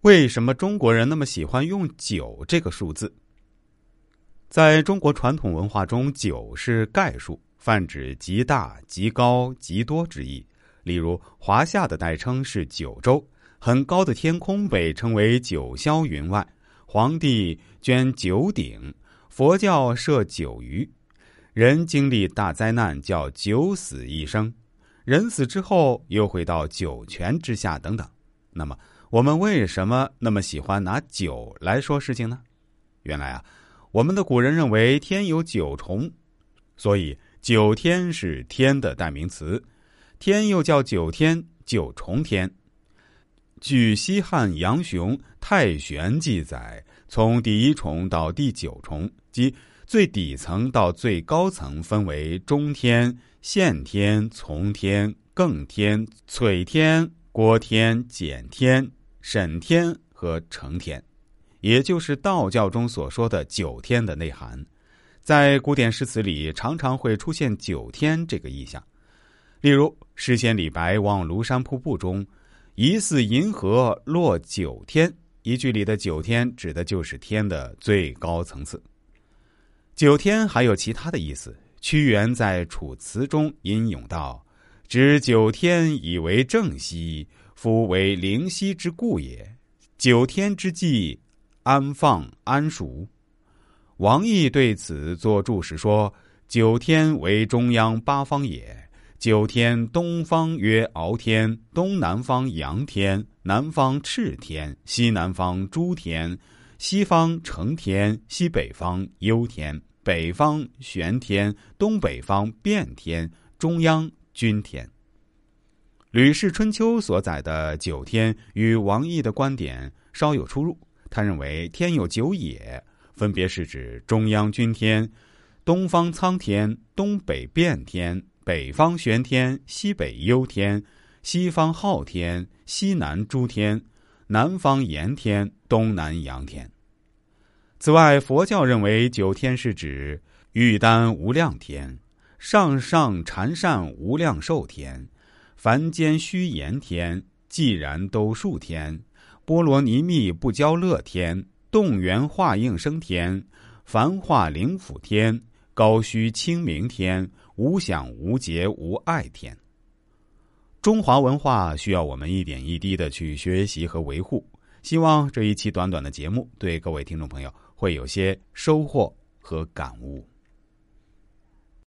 为什么中国人那么喜欢用9这个数字？在中国传统文化中，9是概数，泛指极大、极高、极多之意。例如，华夏的代称是九州，很高的天空被称为九霄云外，皇帝捐9鼎，佛教设9余，人经历大灾难叫9死1生，人死之后又会到九泉之下等等。那么我们为什么那么喜欢拿9来说事情呢？原来我们的古人认为天有9重，所以9天是天的代名词，天又叫9天、9重天。据西汉杨雄《太玄》记载，从第1重到第9重，即最底层到最高层分为中天、现天、从天、更天、淬天、郭天、简天、审天和成天，也就是道教中所说的9天的内涵。在古典诗词里常常会出现9天这个意象。例如诗仙李白望庐山瀑布中，疑似银河落9天，一句里的9天指的就是天的最高层次。9天还有其他的意思，屈原在《楚辞》中吟咏道：知9天以为正兮，夫为灵犀之故也。9天之际，安放安熟。王逸对此作注释说：9天为中央八方也。9天东方曰敖天，东南方阳天，南方赤天，西南方诸天，西方成天，西北方幽天，北方玄天，东北方变天，中央均天。吕氏春秋所载的9天与王逸的观点稍有出入，他认为天有9也，分别是指中央均天、东方苍天、东北变天、北方玄天、西北幽天、西方昊天、西南诸天、南方炎天、东南阳天。此外，佛教认为9天是指玉丹无量天、上上禅善无量寿天、凡间虚言天、寂然兜数天、波罗尼密不交乐天、动缘化应生天、繁化灵府天、高虚清明天、无想无结无爱天。中华文化需要我们一点一滴的去学习和维护，希望这一期短短的节目对各位听众朋友会有些收获和感悟。